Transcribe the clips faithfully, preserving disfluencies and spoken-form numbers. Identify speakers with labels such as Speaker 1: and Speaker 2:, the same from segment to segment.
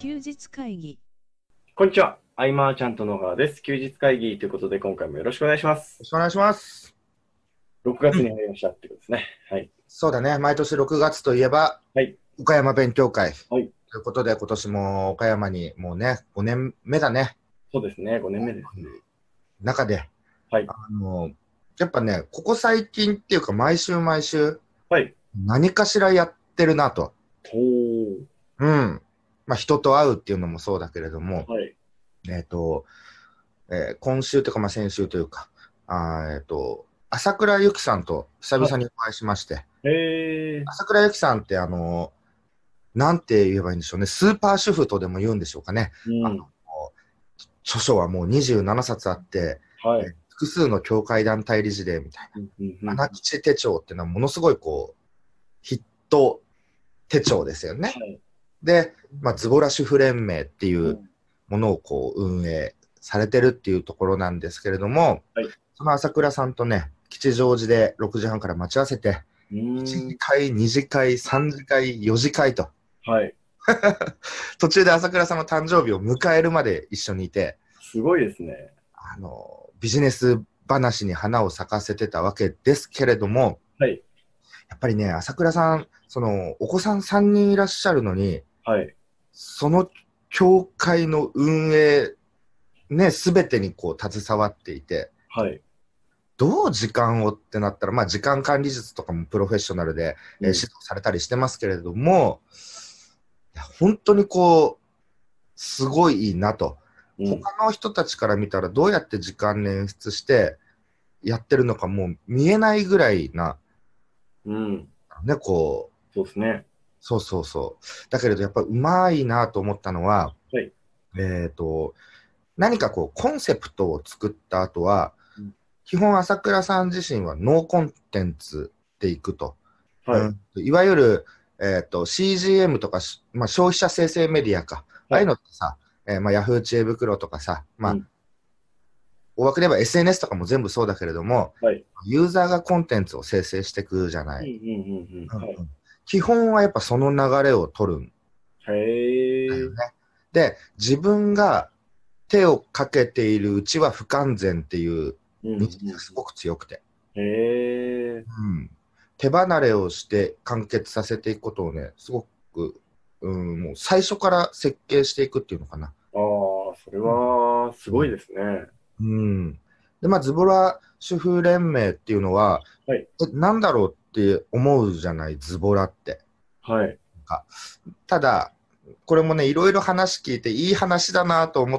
Speaker 1: 休日会議。
Speaker 2: こんにちは。アイマーちゃんと野川です。休日会議ということで、今回もよろしくお願いしま
Speaker 3: ろ
Speaker 2: す。
Speaker 3: しくお願いします。
Speaker 2: ろくがつ
Speaker 3: うん、
Speaker 2: に入りましたってことですね。はい。
Speaker 3: そうだね。毎年ろくがつといえば、
Speaker 2: はい。
Speaker 3: 岡山勉強会。
Speaker 2: はい。
Speaker 3: ということで、今年も岡山にもうね、ごねんめだね。
Speaker 2: そうですね。ごねんめですね。
Speaker 3: 中で、
Speaker 2: はい。
Speaker 3: あの、やっぱね、ここ最近っていうか、毎週毎週、
Speaker 2: はい。
Speaker 3: 何かしらやってるなと。
Speaker 2: おー。
Speaker 3: うん。まあ、人と会うっていうのもそうだけれども、
Speaker 2: はい。
Speaker 3: えっと、えー今週というか、まあ、先週というか、あーえっと、朝倉由紀さんと久
Speaker 2: は
Speaker 3: 々にお会いしまして、
Speaker 2: い。えー。
Speaker 3: 朝倉由紀さんってあの、なんて言えばいいんでしょうね。スーパー主婦とでも言うんでしょうかね。あの、
Speaker 2: うん。
Speaker 3: 著書はもうにじゅうななさつあって、
Speaker 2: はい。
Speaker 3: え複数の教会団体理事でみたい
Speaker 2: うんうんう
Speaker 3: な。
Speaker 2: ん。
Speaker 3: 七吉手帳っていうのはものすごいこう、ヒット手帳ですよね。
Speaker 2: はい。
Speaker 3: で、まあ、ズボラ主婦連盟っていう
Speaker 2: うん。
Speaker 3: ものをこう運営されてるっていうところなんですけれども、
Speaker 2: はい。
Speaker 3: その朝倉さんとね、吉祥寺でろくじはんから待ち合わせて、
Speaker 2: う
Speaker 3: いち
Speaker 2: ーん。
Speaker 3: 次会、に次会、さん次会、よ次会と、
Speaker 2: はい。
Speaker 3: 途中で朝倉さんの誕生日を迎えるまで一緒にいて、
Speaker 2: すごいですね。
Speaker 3: あの、ビジネス話に花を咲かせてたわけですけれども、
Speaker 2: はい。
Speaker 3: やっぱりね、朝倉さん、その、お子さんさんにんいらっしゃるのに、
Speaker 2: はい。
Speaker 3: その教会の運営、ね、すべてにこう携わっていて、
Speaker 2: はい。
Speaker 3: どう時間をってなったら、まあ時間管理術とかもプロフェッショナルで、えー
Speaker 2: うん。
Speaker 3: 指導されたりしてますけれども、いや本当にこう、すごいいいなと。
Speaker 2: うん。
Speaker 3: 他の人たちから見たらどうやって時間捻出してやってるのかもう見えないぐらいな、
Speaker 2: うん。
Speaker 3: ね、こう、
Speaker 2: そうですね。
Speaker 3: そうそうそう。だけれどやっぱうまいなと思ったのは、
Speaker 2: はい。
Speaker 3: えっと、何かこうコンセプトを作った後は、
Speaker 2: うん。
Speaker 3: 基本朝倉さん自身はノーコンテンツでいくと。う
Speaker 2: はい。
Speaker 3: ん、いわゆる、えっと、シージーエム とかし、まあ、消費者生成メディアか。ああいう
Speaker 2: はい。
Speaker 3: のってさ、えーまあ、ヤフー知恵袋とかさ、まあ、
Speaker 2: うん。
Speaker 3: 大枠で言えば エスエヌエス とかも全部そうだけれども、
Speaker 2: はい。
Speaker 3: ユーザーがコンテンツを生成していくじゃな
Speaker 2: うんう
Speaker 3: い。
Speaker 2: んうんうん。はい。
Speaker 3: うんうん、基本はやっぱその流れを取るんだ
Speaker 2: へー。
Speaker 3: よね。で、自分が手をかけているうちは不完全っていう
Speaker 2: うん
Speaker 3: 認識がすごく強くて、
Speaker 2: うん。へー。
Speaker 3: うん、手離れをして完結させていくことをね、すごく、うん、もう最初から設計していくっていうのかな。
Speaker 2: ああ、それはすごいですね。
Speaker 3: うん。で、まあ、ズボラ主婦連盟っていうのは、
Speaker 2: はい。
Speaker 3: え、なんだろうって思うじゃない、ズボラって。
Speaker 2: はい。
Speaker 3: かただ、これもね、いろいろ話聞いて、いい話だなと思って、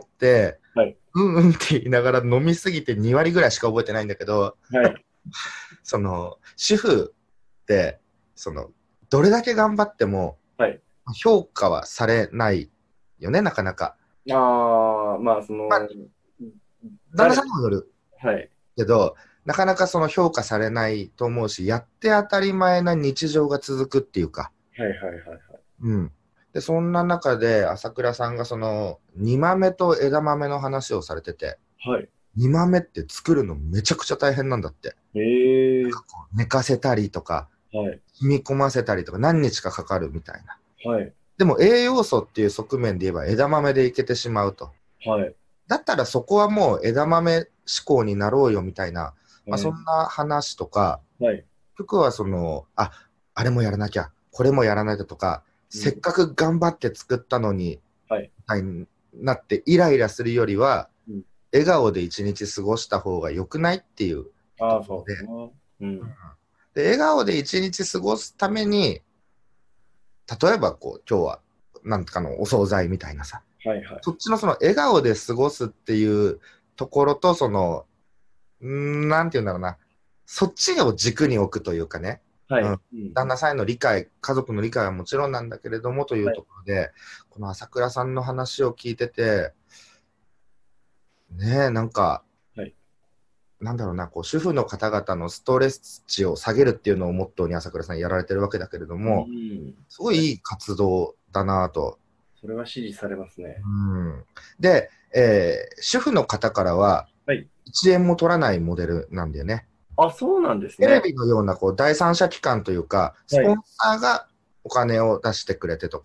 Speaker 2: はい。
Speaker 3: うんうんって言いながら飲みすぎてに割ぐらいしか覚えてないんだけど、
Speaker 2: はい。
Speaker 3: その、主婦って、その、どれだけ頑張っても
Speaker 2: はい。
Speaker 3: 評価はされないよね、なかなか。
Speaker 2: ああ、まあ、そ
Speaker 3: まあ、
Speaker 2: の、
Speaker 3: 旦那
Speaker 2: 誰、
Speaker 3: さんにもよる
Speaker 2: はい。
Speaker 3: けど、なかなかその評価されないと思うし、やって当たり前な日常が続くっていうか、
Speaker 2: はいはいはいはい。
Speaker 3: うん。で、そんな中で、朝倉さんがその、煮豆と枝豆の話をされてて、
Speaker 2: はい。
Speaker 3: 煮豆って作るのめちゃくちゃ大変なんだって。
Speaker 2: ええ
Speaker 3: こう寝かせたりとか、
Speaker 2: ー。はい。
Speaker 3: 染み込ませたりとか、何日かかかるみたいな。
Speaker 2: はい。
Speaker 3: でも栄養素っていう側面で言えば枝豆でいけてしまうと。
Speaker 2: はい。
Speaker 3: だったらそこはもう枝豆志向になろうよみたいな、まあ、そ
Speaker 2: はい。
Speaker 3: んな話とか、
Speaker 2: はい。
Speaker 3: 結局はその、あ、あれもやらなきゃ、これもやらないととか、
Speaker 2: うん。
Speaker 3: せっかく頑張って作ったのに、
Speaker 2: はい。
Speaker 3: みたいになってイライラするよりは、
Speaker 2: うん。
Speaker 3: 笑顔で一日過ごした方が良くないっていうと
Speaker 2: ああ、
Speaker 3: ころで、
Speaker 2: そうですね。うん。
Speaker 3: で、笑顔で一日過ごすために、例えばこう、今日はなんかのお惣菜みたいなさ、
Speaker 2: はいはい。
Speaker 3: そっちのその笑顔で過ごすっていうところと、その、うーん、なんていうんだろうな、そっちを軸に置くというかね、
Speaker 2: はい。
Speaker 3: うん、
Speaker 2: うん。
Speaker 3: 旦那さんへの理解、家族の理解はもちろんなんだけれどもという
Speaker 2: はい。
Speaker 3: ところで、この朝倉さんの話を聞いてて、ねえ、なんか、
Speaker 2: はい。
Speaker 3: なんだろうな、こう主婦の方々のストレス値を下げるっていうのをモットーに朝倉さんやられてるわけだけれど
Speaker 2: う
Speaker 3: も、
Speaker 2: ん。
Speaker 3: すごいいい活動だなと。
Speaker 2: それは支持されますね。
Speaker 3: うん、で、えー主婦の方からは、
Speaker 2: はい。
Speaker 3: いちえんも取らないモデルなんだよね。
Speaker 2: あ、そうなんです
Speaker 3: テレ
Speaker 2: ね。
Speaker 3: ビのようなこう第三者機関というか、ス
Speaker 2: はい。
Speaker 3: ポンサーがお金を出してくれてとか、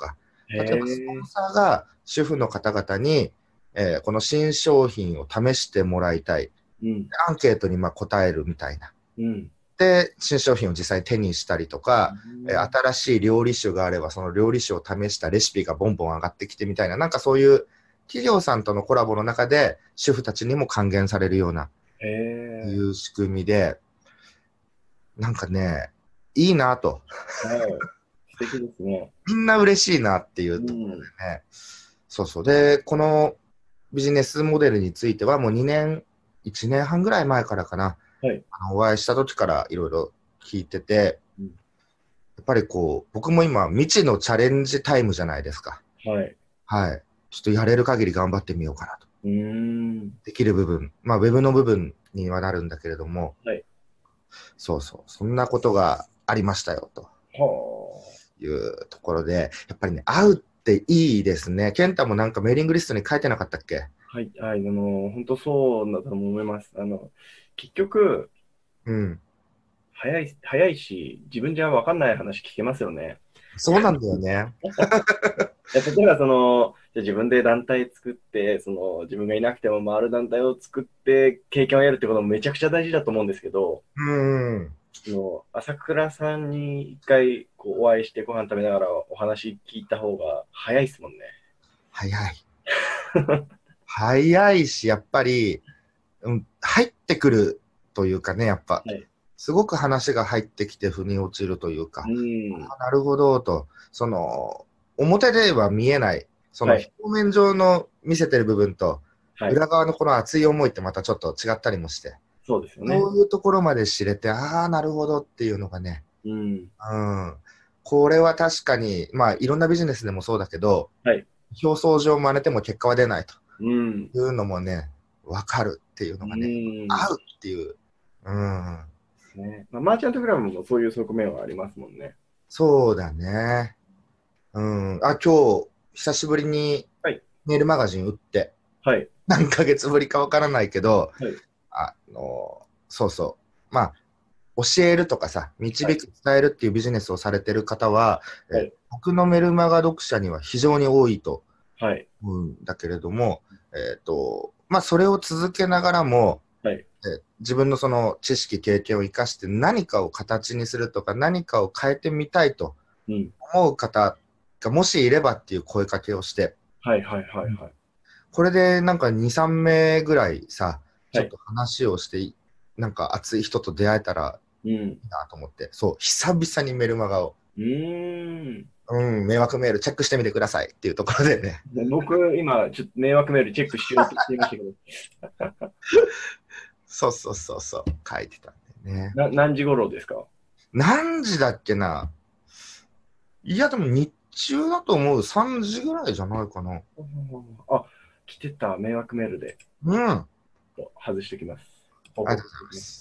Speaker 2: へ
Speaker 3: 例えばスポン
Speaker 2: え。
Speaker 3: サーが主婦の方々に、えーこの新商品を試してもらいたい。
Speaker 2: うん。
Speaker 3: アンケートにまあ答えるみたいな。
Speaker 2: うん。
Speaker 3: で、新商品を実際に手にしたりと
Speaker 2: う
Speaker 3: か、えー
Speaker 2: ん。
Speaker 3: 新しい料理酒があれば、その料理酒を試したレシピがボンボン上がってきてみたいな、なんかそういう企業さんとのコラボの中で、主婦たちにも還元されるような、
Speaker 2: へえ。
Speaker 3: いう仕組みで、なんかね、いいなと。
Speaker 2: はい。素敵ですね。
Speaker 3: みんな嬉しいなっていう
Speaker 2: う
Speaker 3: ところで
Speaker 2: ん。
Speaker 3: ね。そうそう。で、このビジネスモデルについては、もうにねん、いちねんはんぐらい前からかな、
Speaker 2: はい。
Speaker 3: あのお会いした時からいろいろ聞いてて、
Speaker 2: うん。
Speaker 3: やっぱりこう、僕も今、未知のチャレンジタイムじゃないですか。
Speaker 2: はい。
Speaker 3: はい。ちょっとやれる限り頑張ってみようかなと。
Speaker 2: うーん。
Speaker 3: できる部分、まあ、ウェブの部分にはなるんだけれども、
Speaker 2: はい。
Speaker 3: そうそう、そんなことがありましたよ、と
Speaker 2: は
Speaker 3: いうところで、やっぱりね、会うっていいですね。健太もなんかメーリングリストに書いてなかったっけ？
Speaker 2: あ。はい。はい。あの、本当そうだと思います。あの、結局、
Speaker 3: うん。
Speaker 2: 早い、早いし、自分じゃ分かんない話聞けますよね。
Speaker 3: そうなんだよね。
Speaker 2: いや例えばその、じゃあ自分で団体作って、その自分がいなくても回る団体を作って経験を得るってこともめちゃくちゃ大事だと思うんですけど、
Speaker 3: うん。
Speaker 2: その朝倉さんに一回こうお会いしてご飯食べながらお話聞いた方が早いですもんね。
Speaker 3: 早い。早いし、やっぱり、うん、入ってくるというかね、やっぱ、
Speaker 2: はい。
Speaker 3: すごく話が入ってきて腑に落ちるという
Speaker 2: う
Speaker 3: か、
Speaker 2: ん。
Speaker 3: あなるほどと、その、表では見えない、その表
Speaker 2: はい。
Speaker 3: 面上の見せてる部分と、
Speaker 2: はい。
Speaker 3: 裏側のこの熱い思いってまたちょっと違ったりもして、
Speaker 2: そうですよね。
Speaker 3: そういうところまで知れて、ああ、なるほどっていうのがね、
Speaker 2: うん。
Speaker 3: うん、これは確かに、まあ、いろんなビジネスでもそうだけど、
Speaker 2: はい。
Speaker 3: 表層上真似ても結果は出ないと
Speaker 2: うん。
Speaker 3: いうのもね、わかるっていう
Speaker 2: う
Speaker 3: のがね、
Speaker 2: ん。
Speaker 3: 合うっていう、うん、
Speaker 2: ね。まあ、マーチャントクラブもそういう側面はありますもんね。
Speaker 3: そうだね。うん、あ、今日、久しぶりに
Speaker 2: はい。
Speaker 3: メールマガジン打って、
Speaker 2: はい。
Speaker 3: 何ヶ月ぶりかわからないけど、
Speaker 2: はい。
Speaker 3: あの、そうそう。まあ、教えるとかさ、導
Speaker 2: はい。
Speaker 3: く、伝えるっていうビジネスをされてる方は、え
Speaker 2: はい。
Speaker 3: 僕のメルマガ読者には非常に多いと
Speaker 2: はい。
Speaker 3: 思うんだけれども、えっと、まあ、それを続けながらも、
Speaker 2: はい。
Speaker 3: え自分のその知識、経験を生かして何かを形にするとか、何かを変えてみたいと
Speaker 2: うん。
Speaker 3: 思う方がもしいればっていう声かけをして、
Speaker 2: はい。はい。はい。はい。
Speaker 3: これでなんかに、さん名ぐらいさ、ち
Speaker 2: はい。
Speaker 3: ょっと話をして、なんか熱い人と出会えたら
Speaker 2: うん。
Speaker 3: いいなと思って、そう、久々にメルマガを、
Speaker 2: うーん。
Speaker 3: うん、迷惑メールチェックしてみてくださいっていうところでね、
Speaker 2: で僕、今、ちょっと迷惑メールチェックしようとしていましたけど、
Speaker 3: そうそうそうそう、書いてたんでね。
Speaker 2: な、何時頃ですか？
Speaker 3: 何時だっけな。いや、でも日中だと思う。さんじぐらいじゃないかな。
Speaker 2: あ、来てた、迷惑メールで。
Speaker 3: うん。あ
Speaker 2: 外しておきます。報
Speaker 3: りがとうござい
Speaker 2: 告しておきます。
Speaker 3: ます。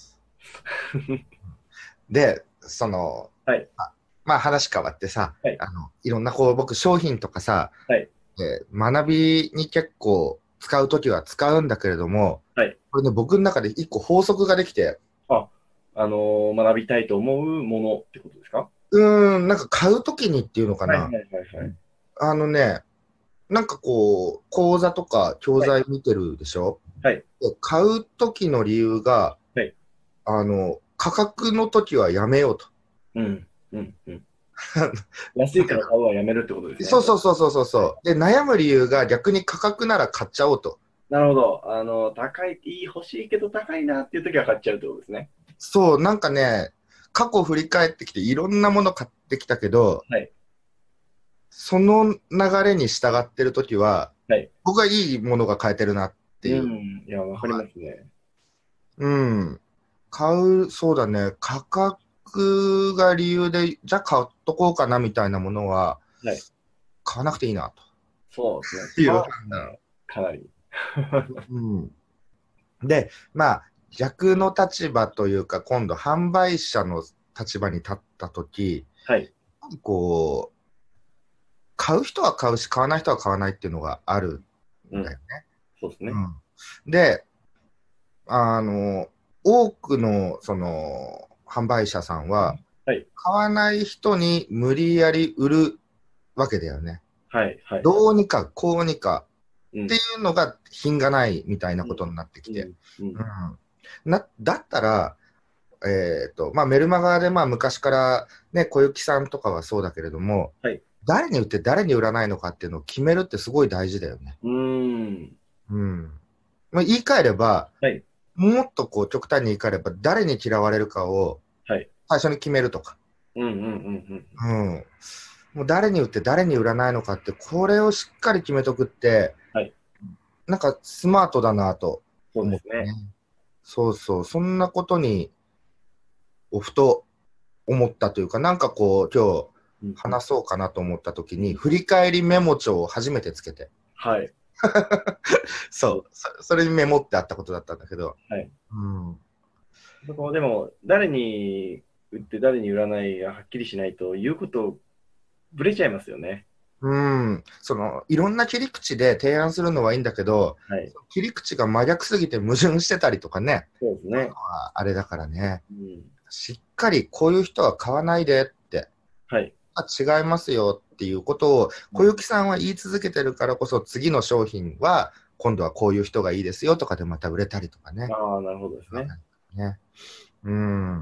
Speaker 3: で、その、
Speaker 2: はい。
Speaker 3: あまあ話変わってさ、
Speaker 2: はい。
Speaker 3: あの、いろんなこう、僕商品とかさ、
Speaker 2: はい。
Speaker 3: えー学びに結構使うときは使うんだけれども、
Speaker 2: はい。
Speaker 3: これね、僕の中で一個法則ができて、
Speaker 2: あ、あのー学びたいと思うものってことですか？
Speaker 3: うーん、なんか買うときにっていうのかな。
Speaker 2: はいはいはいはい。
Speaker 3: あのね、なんかこう、講座とか教
Speaker 2: はい。
Speaker 3: 材見てるでしょ？
Speaker 2: はい。
Speaker 3: で買うときの理由が、
Speaker 2: はい。
Speaker 3: あの、価格のときはやめようと。
Speaker 2: うん。うん。うん。安いから買うはやめるってことですね。
Speaker 3: そうそうそうそうそう
Speaker 2: はい。
Speaker 3: そう。で、悩む理由が逆に価格なら買っちゃおうと。
Speaker 2: なるほど。あの、高い、いい、欲しいけど高いなっていう時は買っちゃうってことですね。
Speaker 3: そう、なんかね、過去振り返ってきていろんなもの買ってきたけど、
Speaker 2: はい。
Speaker 3: その流れに従ってるときは、
Speaker 2: はい。
Speaker 3: 僕はいいものが買えてるなっていう。
Speaker 2: うん。いや、わかりますね。
Speaker 3: うん。買う、そうだね、価格が理由で、じゃあ買っとこうかなみたいなものは、
Speaker 2: はい。
Speaker 3: 買わなくていいな
Speaker 2: そうですね。
Speaker 3: という
Speaker 2: そうで
Speaker 3: 判断。
Speaker 2: すね。かなり。
Speaker 3: うん。で、まあ、逆の立場というか、今度、販売者の立場に立ったとき、
Speaker 2: はい。
Speaker 3: こう、買う人は買うし、買わない人は買わないっていうのがある
Speaker 2: うん。
Speaker 3: んだよね。
Speaker 2: そうですね。
Speaker 3: うん。で、あの、多くの、その、販売者さんは、
Speaker 2: はい。
Speaker 3: 買わない人に無理やり売るわけだよね。
Speaker 2: はいはい。
Speaker 3: どうにかこうにか
Speaker 2: うん
Speaker 3: っていうのが品がないみたいなことになってきて、
Speaker 2: うんうん
Speaker 3: うんなだったら、えーとまあ、メルマガでまあ昔から、ね、小雪さんとかはそうだけれども、
Speaker 2: はい。
Speaker 3: 誰に売って誰に売らないのかっていうのを決めるってすごい大事だよね。
Speaker 2: うーん。
Speaker 3: うんまあ、言い換えれば、
Speaker 2: はい。
Speaker 3: もっとこう極端に言い換えれば、誰に嫌われるかを
Speaker 2: はい。
Speaker 3: 最初に決めるとか、
Speaker 2: うんうんうん
Speaker 3: うん、もう誰に売って誰に売らないのかって、これをしっかり決めとくって、
Speaker 2: はい。
Speaker 3: なんかスマートだなと
Speaker 2: そうですね。
Speaker 3: 思ってね。そうそう、そんなことに、おふと思ったというか、なんかこう、今日
Speaker 2: うんうん
Speaker 3: 話そうかなと思ったときに、
Speaker 2: うん
Speaker 3: 振り返りメモ帳を初めてつけて、
Speaker 2: はい。
Speaker 3: そう、そそれにメモってあったことだったんだけど、
Speaker 2: はい。
Speaker 3: うん、
Speaker 2: そこでも、誰に売って誰に売らないがはっきりしないと、言うことぶれちゃいますよね。
Speaker 3: うん、そのいろんな切り口で提案するのはいいんだけど、
Speaker 2: はい。
Speaker 3: 切り口が真逆すぎて矛盾してたりとかね、
Speaker 2: そうですね。
Speaker 3: ああれだからね、
Speaker 2: うん。
Speaker 3: しっかりこういう人は買わないでって、
Speaker 2: はい。
Speaker 3: あ違いますよっていうことを小雪さんは言い続けてるからこそ、次の商品は今度はこういう人がいいですよとかでまた売れたりとかね。
Speaker 2: ああ、なるほどですね。
Speaker 3: ねうん。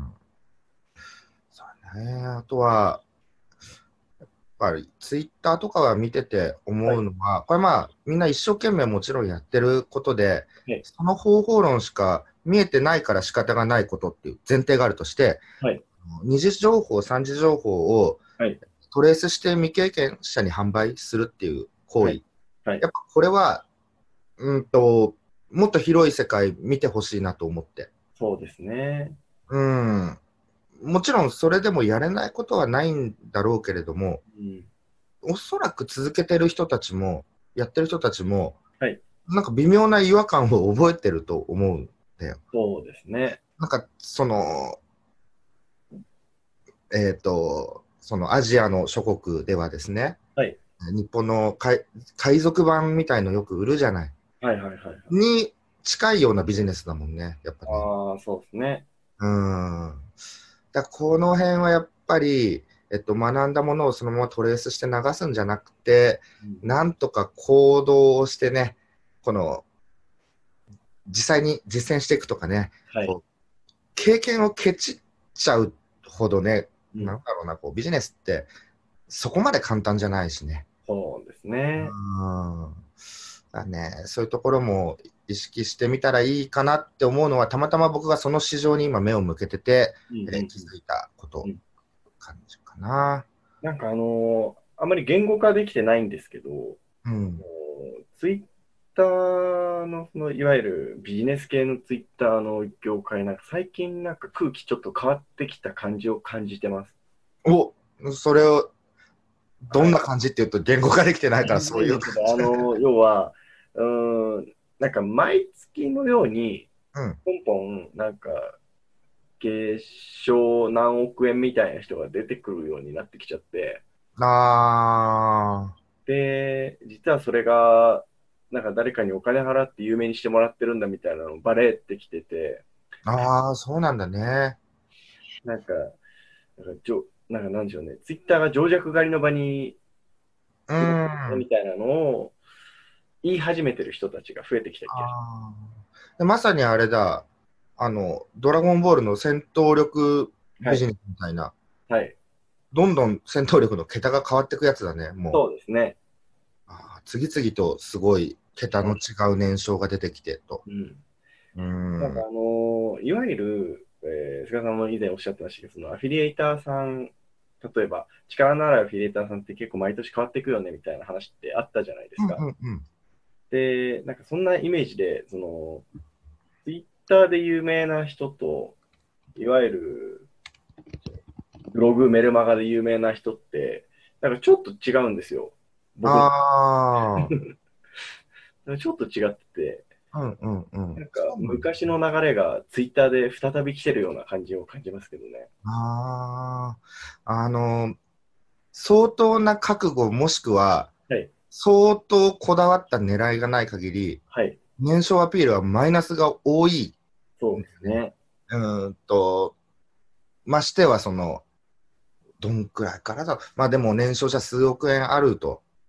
Speaker 3: そうね。あとは、やっぱりツイッターとかは見てて思うのは、これまあみんな一生懸命もちろんやってることで、
Speaker 2: はい。
Speaker 3: その方法論しか見えてないから仕方がないことっていう前提があるとして、
Speaker 2: はい。
Speaker 3: 二次情報、三次情報を
Speaker 2: はい。
Speaker 3: トレースして未経験者に販売するっていう行為、
Speaker 2: はい。はい。
Speaker 3: やっぱこれは、うんと、もっと広い世界見てほしいなと思って。
Speaker 2: そうですね。
Speaker 3: うん。もちろんそれでもやれないことはないんだろうけれども、
Speaker 2: うん。
Speaker 3: おそらく続けてる人たちも、やってる人たちも、
Speaker 2: はい。
Speaker 3: なんか微妙な違和感を覚えてると思うんだよ。
Speaker 2: そうですね。
Speaker 3: なんか、その、えっと、そのアジアの諸国ではですね、
Speaker 2: はい。
Speaker 3: 日本の海海賊版みたいのよく売るじゃない。
Speaker 2: はいはいはいはい。
Speaker 3: に近いようなビジネスだもんね、やっぱね。
Speaker 2: ああ、そうですね。
Speaker 3: うん。だからこの辺はやっぱり、えっと、学んだものをそのままトレースして流すんじゃなくて、
Speaker 2: うんうん。
Speaker 3: なんとか行動をしてね、この、実際に実践していくとかね、
Speaker 2: はい。
Speaker 3: こう経験をケチっちゃうほどね、
Speaker 2: うん。
Speaker 3: なんだろうな、こうビジネスってそこまで簡単じゃないしね。
Speaker 2: そうですね。
Speaker 3: うんだね、そういうところも意識してみたらいいかなって思うのは、たまたま僕がその市場に今目を向けてて、
Speaker 2: うんうん
Speaker 3: えー気づいたこと
Speaker 2: うん。
Speaker 3: 感じかな。
Speaker 2: なんかあのーあまり言語化できてないんですけど、
Speaker 3: うん。
Speaker 2: ツイッターの、そのいわゆるビジネス系のツイッターの業界、なんか最近なんか空気ちょっと変わってきた感じを感じてます。
Speaker 3: お、それをど
Speaker 2: はい。
Speaker 3: んな感じっていうと言語化できてないからそういう感
Speaker 2: ないんですけど、
Speaker 3: じ。
Speaker 2: あの、要は、うーん、なんか毎月のように、
Speaker 3: うん。
Speaker 2: ポンポン、なんか、月賞何億円みたいな人が出てくるようになってきちゃって、
Speaker 3: あ
Speaker 2: で、実はそれが、なんか誰かにお金払って有名にしてもらってるんだみたいなのバレてきてて、
Speaker 3: ーあー、そうなんだね。
Speaker 2: なんか、なんかじょ、なんかなんでしょうね、ツイッターが情弱狩りの場に
Speaker 3: う
Speaker 2: するんですね
Speaker 3: ん。
Speaker 2: みたいなのを言い始めてる人たちが増えてきた気がし
Speaker 3: あーでまさにあれだ、あの、ドラゴンボールの戦闘力
Speaker 2: ます。はい。
Speaker 3: ビジネスみたいな、
Speaker 2: はい。
Speaker 3: どんどん戦闘力の桁が変わっていくやつだね、も
Speaker 2: そうですね。
Speaker 3: う。あー次々とすごい桁の違う年商が出てきてと。
Speaker 2: うん。
Speaker 3: う
Speaker 2: なんか
Speaker 3: ん。
Speaker 2: あのーいわゆる、えー菅さんも以前おっしゃってましたけど、そのアフィリエイターさん、例えば力のあるアフィリエイターさんって結構毎年変わっていくよねみたいな話ってあったじゃないで
Speaker 3: うん
Speaker 2: すか。
Speaker 3: うんうん。
Speaker 2: で、なんかそんなイメージで、その、ツイッターで有名な人と、いわゆるブログ、メルマガで有名な人って、なんかちょっと違うんですよ。僕の。
Speaker 3: あ
Speaker 2: ちょっと違ってて、
Speaker 3: あ、うんうんうん。
Speaker 2: なんか
Speaker 3: そうなんだ。
Speaker 2: 昔の流れがツイッターで再び来てるような感じを感じますけどね。
Speaker 3: ああ、あの、相当な覚悟もしくは、
Speaker 2: はい。
Speaker 3: 相当こだわった狙いがない限り、
Speaker 2: はい。
Speaker 3: 年商アピールはマイナスが多い
Speaker 2: そう
Speaker 3: んだよね。
Speaker 2: ですね。
Speaker 3: うーんと、ましてはその、どんくらいからだ、まあでも年商じゃ数億円あると。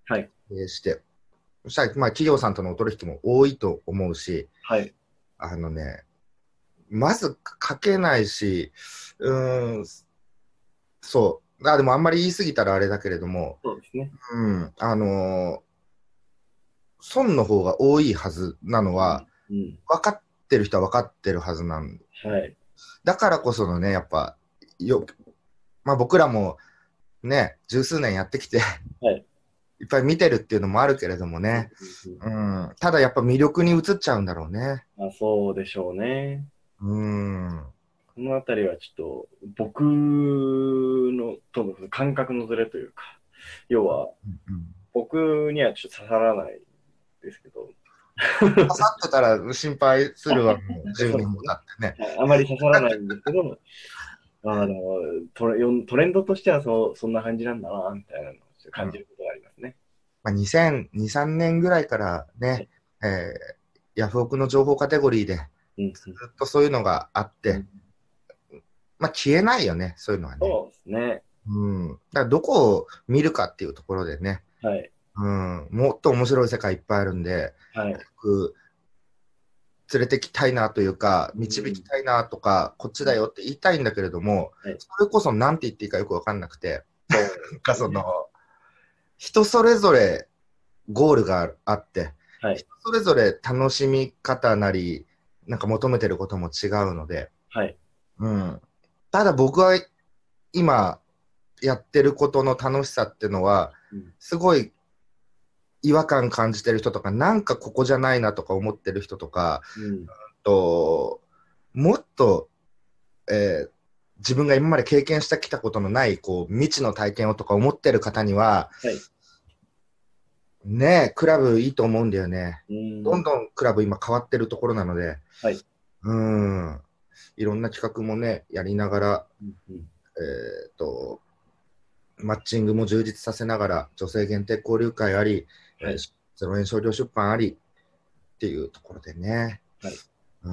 Speaker 2: はい。
Speaker 3: えーして、そしたら、まあ、企業さんとのお取引も多いと思うし、
Speaker 2: はい。
Speaker 3: あのね、まず書けないし、うーん、そう。あ、でもあんまり言い過ぎたらあれだけれども、
Speaker 2: そうですね。
Speaker 3: うん、あのー損の方が多いはずなのは、
Speaker 2: うん。うん。
Speaker 3: 分かってる人は分かってるはずなん
Speaker 2: はい。
Speaker 3: だからこそのね、やっぱ、よ、まあ僕らもね、十数年やってきて
Speaker 2: はい。
Speaker 3: いっぱい見てるっていうのもあるけれども
Speaker 2: うん。
Speaker 3: ね、
Speaker 2: うん。
Speaker 3: うん、ただやっぱ魅力に移っちゃうんだろうね。
Speaker 2: まあ、そうでしょうね。
Speaker 3: うん、うん、
Speaker 2: このあたりはちょっと、僕のとの感覚のずれというか、要は、僕にはちょっと刺さらないですけど、
Speaker 3: 刺さってたら心配するわ、もう10年も
Speaker 2: そうですね。
Speaker 3: 経ってね。
Speaker 2: はい、あまり刺さらないんですけど、あのトレ、トレンドとしてはそう、そんな感じなんだな、みたいなのをちょっと
Speaker 3: うん、
Speaker 2: 感じることがありますね。
Speaker 3: まあ、にせんに、さんねんぐらいからね、えーヤフオクの情報カテゴリーで
Speaker 2: うん。
Speaker 3: ずっとそういうのがあって、
Speaker 2: うん。
Speaker 3: まあ消えないよね、そういうのはね。
Speaker 2: そうですね。
Speaker 3: うん。だからどこを見るかっていうところでね、
Speaker 2: はい。
Speaker 3: うん、もっと面白い世界いっぱいあるんで、
Speaker 2: はい。
Speaker 3: 僕連れてきたいなというか、
Speaker 2: う
Speaker 3: 導き
Speaker 2: ん。
Speaker 3: たいなとか、こっちだよって言いたいんだけれども、
Speaker 2: はい。
Speaker 3: それこそ何て言っていいかよくわかんなくて、
Speaker 2: そう
Speaker 3: なんか
Speaker 2: ですね。
Speaker 3: その、人それぞれゴールがあって、
Speaker 2: はい。
Speaker 3: 人それぞれ楽しみ方なり、なんか求めてることも違うので、
Speaker 2: はい。
Speaker 3: うん。ただ僕は今やってることの楽しさっていうのは、
Speaker 2: うん。
Speaker 3: すごい違和感感じてる人とか、なんかここじゃないなとか思ってる人とか、
Speaker 2: うん。
Speaker 3: ともっと、えー自分が今まで経験してきたことのないこう未知の体験をとか思ってる方には、
Speaker 2: はい。
Speaker 3: ね、クラブいいと思うんだよね。
Speaker 2: うん。
Speaker 3: どんどんクラブ今変わってるところなので、
Speaker 2: はい。
Speaker 3: うん、いろんな企画もね、やりながら、
Speaker 2: うん。うん。
Speaker 3: えーと、マッチングも充実させながら、女性限定交流会あり、えー、
Speaker 2: はい。
Speaker 3: ゼロ円商業出版ありっていうところでね。
Speaker 2: はい。
Speaker 3: うん。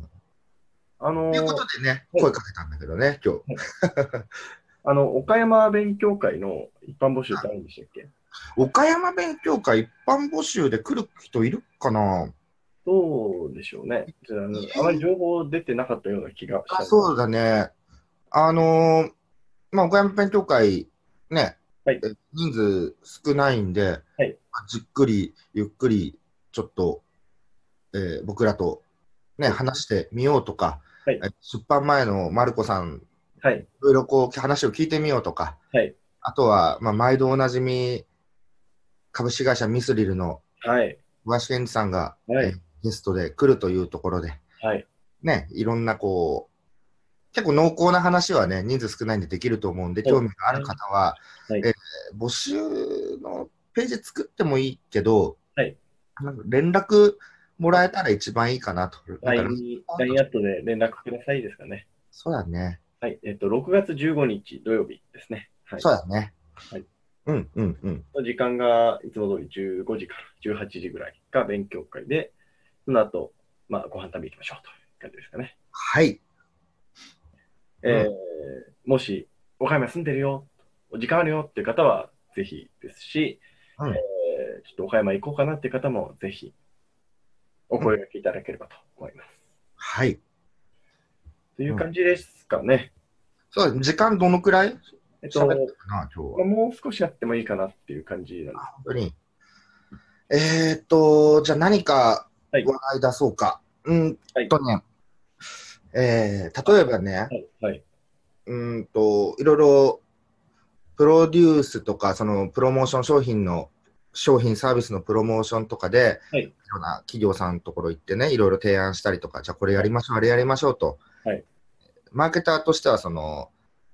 Speaker 2: あ
Speaker 3: というこ
Speaker 2: の
Speaker 3: とでね、
Speaker 2: ー、はい。
Speaker 3: 声かけたんだけどね、今日。
Speaker 2: はい。あの、岡山勉強会の一般募集ってあるんでしたっけ？
Speaker 3: 岡山勉強会一般募集で来る人いるかな。
Speaker 2: どうでしょうね。じゃあ、あの、あまり情報出てなかったような気がし
Speaker 3: あ、
Speaker 2: たんです。
Speaker 3: そうだね。あのーまあ、岡山勉強会、ね、
Speaker 2: はい。
Speaker 3: 人数少ないんで、
Speaker 2: はい。
Speaker 3: じっくり、ゆっくり、ちょっと、えー僕らと、ね、
Speaker 2: そうですね。
Speaker 3: 話してみようとか、
Speaker 2: はい。
Speaker 3: え出版前のマルコさん、
Speaker 2: はい。
Speaker 3: いろいろこう話を聞いてみようとか、
Speaker 2: はい。
Speaker 3: あとは、まあ、毎度おなじみ、株式会社ミスリルの
Speaker 2: はい。
Speaker 3: 小林健二さんが、えー
Speaker 2: はい。
Speaker 3: ゲストで来るというところで、
Speaker 2: はい。
Speaker 3: ね、いろんなこう、結構濃厚な話はね、人数少ないんでできると思うんで、興味がある
Speaker 2: そうですね。
Speaker 3: 方は、
Speaker 2: はい。
Speaker 3: えー募集のページ作ってもいいけど、
Speaker 2: はい。
Speaker 3: なんか連絡もらえたら一番いいかなと。なんか、
Speaker 2: ライン に、ライン アットで連絡くださいですかね。
Speaker 3: そうだね。
Speaker 2: はい。えっと、ろくがつじゅうごにち土曜日ですね。はい。
Speaker 3: そうだね。
Speaker 2: はい。
Speaker 3: うんうんうん。
Speaker 2: 時間がいつも通りじゅうごじからじゅうはちじぐらいが勉強会で、その後、まあ、ご飯食べ行きましょうという感じですかね。
Speaker 3: はい。う
Speaker 2: え
Speaker 3: ん。
Speaker 2: ー、もし、岡山住んでるよ、お時間あるよっていう方は、ぜひですし、
Speaker 3: うん。
Speaker 2: えー、ちょっと岡山行こうかなっていう方も、ぜひ、お
Speaker 3: うん。
Speaker 2: 声掛けいただければと思います。
Speaker 3: はい。
Speaker 2: という
Speaker 3: うん。
Speaker 2: 感じですかね。
Speaker 3: そう、時間どのくらい
Speaker 2: えっと、
Speaker 3: 喋ったかな、今日は。
Speaker 2: まあ、もう少しやってもいいかなっていう感じなんですけど。
Speaker 3: 本当に。えーっと、じゃあ何か
Speaker 2: はい。
Speaker 3: 話題出そうか。うん
Speaker 2: はい。
Speaker 3: とね、えー、例えばね、
Speaker 2: はい。はい。
Speaker 3: うんと、いろいろプロデュースとか、そのプロモーション商品の、商品サービスのプロモーションとかで、
Speaker 2: はい。
Speaker 3: いろんな企業さんのところ行ってね、いろいろ提案したりとか、じゃあこれやりましょう、あれやりましょうと。
Speaker 2: はい。
Speaker 3: マーケターとしては、その、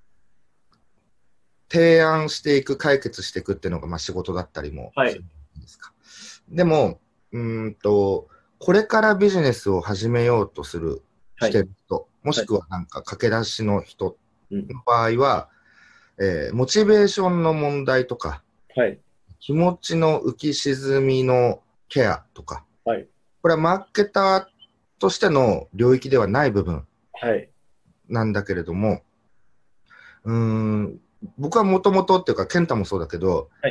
Speaker 3: 提案していく、解決していくっていうのがまあ仕事だったりも
Speaker 2: はい。
Speaker 3: するんですか。でも、うーんと、これからビジネスを始めようとする、
Speaker 2: はい。
Speaker 3: してる人、もし
Speaker 2: はい。
Speaker 3: くはなんか駆け出しの人
Speaker 2: うん。
Speaker 3: の場合は、えーモチベーションの問題とか、
Speaker 2: はい。
Speaker 3: 気持ちの浮き沈みのケアとか、
Speaker 2: はい。
Speaker 3: これはマーケターとしての領域ではない部分
Speaker 2: はい。
Speaker 3: なんだけれども、うーん、僕はもともとっていうか、健太もそうだけど、
Speaker 2: はい。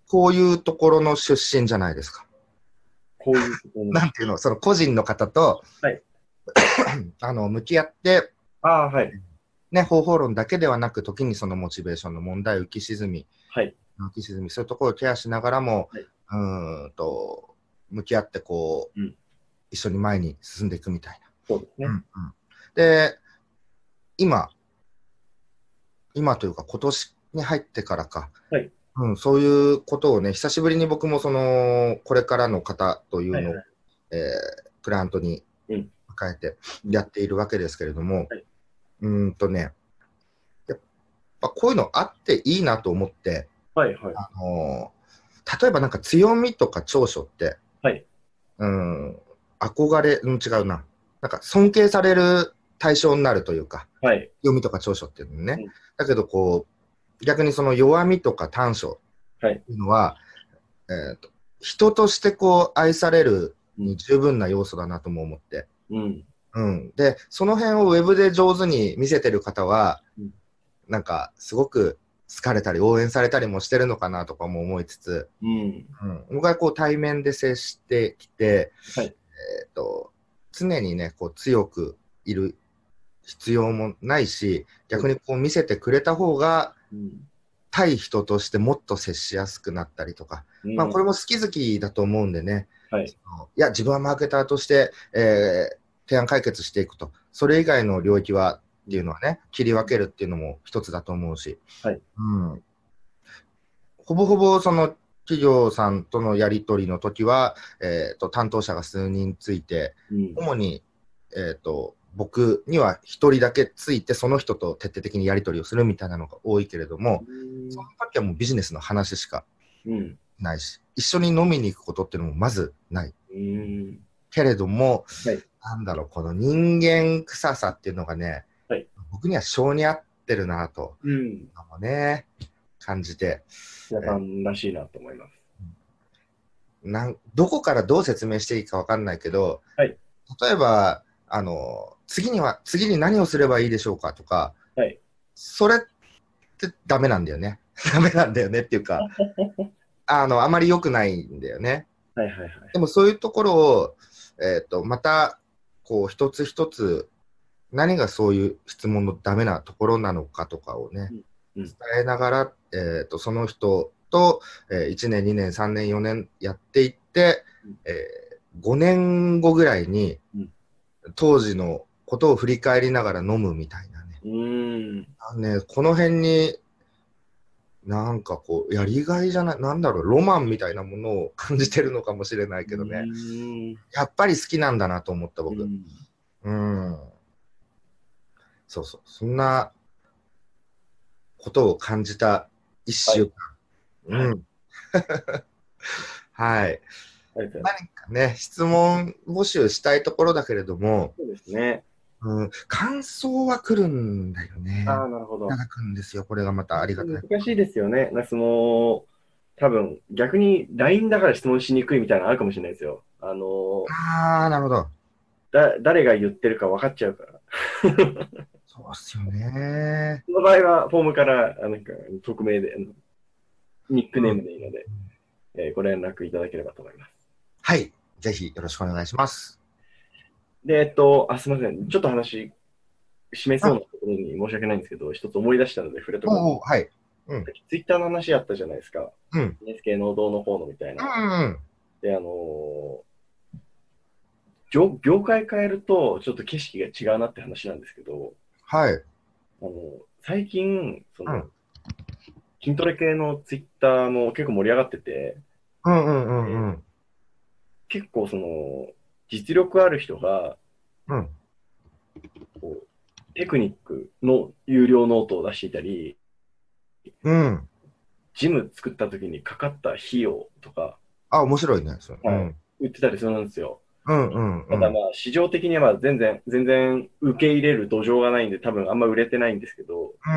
Speaker 3: こういうところの出身じゃないですか。
Speaker 2: こういうところ
Speaker 3: なんていうの、その個人の方と、
Speaker 2: はい、
Speaker 3: あの向き合って、
Speaker 2: ああ、はい。
Speaker 3: ね、方法論だけではなく、時にそのモチベーションの問題、浮き沈み、
Speaker 2: はい。
Speaker 3: 浮き沈み、そういうところをケアしながらも、
Speaker 2: はい、
Speaker 3: うーんと向き合ってこう、
Speaker 2: うん、
Speaker 3: 一緒に前に進んでいくみたいな。
Speaker 2: そうですね。
Speaker 3: うんうん、で、今、今というか今年に入ってからか、
Speaker 2: はい。
Speaker 3: うん、そういうことをね、久しぶりに僕もその、これからの方という
Speaker 2: はい、
Speaker 3: のを、
Speaker 2: はい。
Speaker 3: えークライアントに
Speaker 2: うん。
Speaker 3: 迎えてやっているわけですけれども、
Speaker 2: はい。
Speaker 3: うーんとね、やっぱこういうのあっていいなと思って、
Speaker 2: はい、はい。
Speaker 3: あのー例えばなんか強みとか長所って、
Speaker 2: はい。
Speaker 3: うん、憧れ、うん、違うな。なんか尊敬される対象になるというか、
Speaker 2: はい。
Speaker 3: 強みとか長所っていうのね。
Speaker 2: うん。
Speaker 3: だけどこう、逆にその弱みとか短所
Speaker 2: はい。
Speaker 3: っていうのは、えーと、人としてこう愛される
Speaker 2: うん。
Speaker 3: に十分な要素だなとも思って。
Speaker 2: うん。
Speaker 3: うん。で、その辺をウェブで上手に見せてる方は、
Speaker 2: うん。
Speaker 3: なんかすごく好かれたり応援されたりもしてるのかなとかも思いつつ、
Speaker 2: うん。
Speaker 3: うん、僕はこう対面で接してきて、
Speaker 2: はい。
Speaker 3: えーと、常にね、こう強くいる必要もないし、逆にこう見せてくれた方が、
Speaker 2: うん。
Speaker 3: 対人としてもっと接しやすくなったりとか、
Speaker 2: うん。
Speaker 3: まあこれも好き好きだと思うんでね、
Speaker 2: はい。
Speaker 3: そのいや、自分はマーケターとして、えー提案解決していくと、それ以外の領域はっていうのはね、切り分けるっていうのも一つだと思うし、
Speaker 2: はい。
Speaker 3: うん、ほぼほぼその企業さんとのやり取りの時は、えーと、担当者が数人ついて、
Speaker 2: うん。
Speaker 3: 主に、えーと、僕には一人だけついて、その人と徹底的にやり取りをするみたいなのが多いけれども、その時はもうビジネスの話しか
Speaker 2: うん。
Speaker 3: ないし、一緒に飲みに行くことっていうのもまずない。
Speaker 2: うん。
Speaker 3: けれども、
Speaker 2: はい。
Speaker 3: なんだろう、この人間臭さっていうのがね、
Speaker 2: はい。
Speaker 3: 僕には性に合ってるなと、
Speaker 2: うん。
Speaker 3: ね、感じて、
Speaker 2: 皆さんらしいなと思います。
Speaker 3: なんどこからどう説明していいかわかんないけど、
Speaker 2: はい。
Speaker 3: 例えば、あの、次には、次に何をすればいいでしょうかとか、
Speaker 2: はい。
Speaker 3: それってダメなんだよね。ダメなんだよねっていうか、あの、あまり良くないんだよね。
Speaker 2: はいはいはい。
Speaker 3: でもそういうところを、えっと、また、こう、一つ一つ、何がそういう質問のダメなところなのかとかをね、
Speaker 2: うん。
Speaker 3: 伝えながら、えっと、その人と、えー、いちねん、にねん、さんねん、よねんやっていって、えー、ごねんごぐらいに、
Speaker 2: うん。
Speaker 3: 当時のことを振り返りながら飲むみたいなね。
Speaker 2: うん。
Speaker 3: あのね、この辺に、なんかこう、やりがいじゃない、なんだろう、ロマンみたいなものを感じてるのかもしれないけどね。
Speaker 2: うん。
Speaker 3: やっぱり好きなんだなと思った、僕。
Speaker 2: うん。
Speaker 3: うん。そうそう。そんなことを感じた一
Speaker 2: はい。
Speaker 3: 週間。
Speaker 2: はい。
Speaker 3: うん。はい。
Speaker 2: ありがとうございます。
Speaker 3: 何かね、質問募集したいところだけれども、
Speaker 2: そうですね。
Speaker 3: うん、感想は来るんだよね。
Speaker 2: ああ、なるほど。
Speaker 3: いただくんですよ。これがまたありがたい。
Speaker 2: 難しいですよね。なんかその、多分、逆に ライン だから質問しにくいみたいなのあるかもしれないですよ。あの、
Speaker 3: ああ、なるほど。
Speaker 2: だ、誰が言ってるか分かっちゃうから。
Speaker 3: そうっすよね。
Speaker 2: その場合は、フォームから、あなんか、匿名で、あのニック
Speaker 3: うん。
Speaker 2: ネームでいいので、えーご連絡いただければと思います。
Speaker 3: はい。ぜひよろしくお願いします。
Speaker 2: で、えっと、あ、すみません。ちょっと話、締めそう
Speaker 3: あ、
Speaker 2: なところに申し訳ないんですけど、一つ思い出したので触れとこう。
Speaker 3: おうおう、はい。うん。
Speaker 2: ツイッターの話あったじゃないですか。
Speaker 3: うん。
Speaker 2: エヌエイチケー のどうのこうのみたい
Speaker 3: う
Speaker 2: な。
Speaker 3: んうん。
Speaker 2: で、あのー業、業界変えると、ちょっと景色が違うなって話なんですけど、
Speaker 3: はい。
Speaker 2: あの、最近、その、
Speaker 3: うん。
Speaker 2: 筋トレ系のツイッターも結構盛り上がってて、
Speaker 3: うんうんうんう
Speaker 2: で
Speaker 3: ん。
Speaker 2: 結構その、実力ある人が、
Speaker 3: うん。
Speaker 2: こう、テクニックの有料ノートを出していたり、
Speaker 3: うん。
Speaker 2: ジム作った時にかかった費用とか、
Speaker 3: あ、面白いね。それ。う
Speaker 2: はい、
Speaker 3: ん。
Speaker 2: 売ってたりするんですよ。
Speaker 3: うんうんうん。
Speaker 2: ただまあ、市場的には全然、全然受け入れる土壌がないんで、多分あんま売れてないんですけど、
Speaker 3: うん。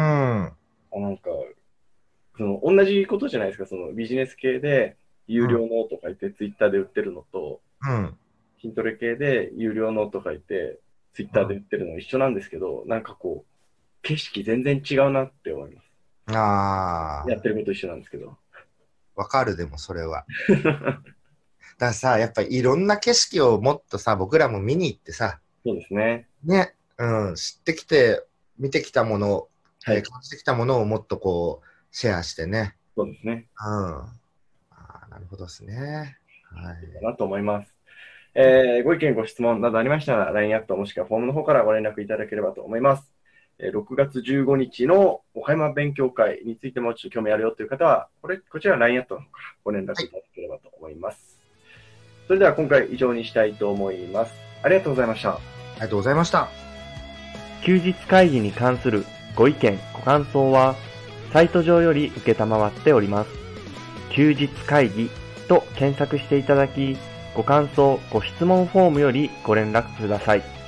Speaker 2: あなんか、その、同じことじゃないですか、そのビジネス系で有
Speaker 3: うん。
Speaker 2: 料ノート書いてツイッターで売ってるのと、
Speaker 3: うん。
Speaker 2: 筋トレ系で有料ノート書いてツイッターで売ってるの一緒なんですけど、なんかこう、景色全然違うなって思います。
Speaker 3: ああ、
Speaker 2: やってること一緒なんですけど。
Speaker 3: わかる、でもそれは。だからさ、やっぱりいろんな景色をもっとさ、僕らも見に行ってさ、
Speaker 2: そうですね。
Speaker 3: ね、うん、知ってきて、見てきたもの、
Speaker 2: はい
Speaker 3: えー感じてきたものをもっとこう、シェアしてね。
Speaker 2: そうですね。
Speaker 3: うん。あーなるほどですね。はい。
Speaker 2: かなと思います。えーご意見、ご質問などありましたら、ライン アットもしくはフォームの方からご連絡いただければと思います。えーろくがつじゅうごにちの岡山勉強会についてもちょっと興味あるよという方は、これ、こちら ライン アットの方からご連絡いただければと思います。それでは今回以上にしたいと思います。ありがとうございました。
Speaker 3: ありがとうございました。
Speaker 1: 休日会議に関するご意見、ご感想は、サイト上より受けたまわっております。休日会議と検索していただき、ご感想、ご質問フォームよりご連絡ください。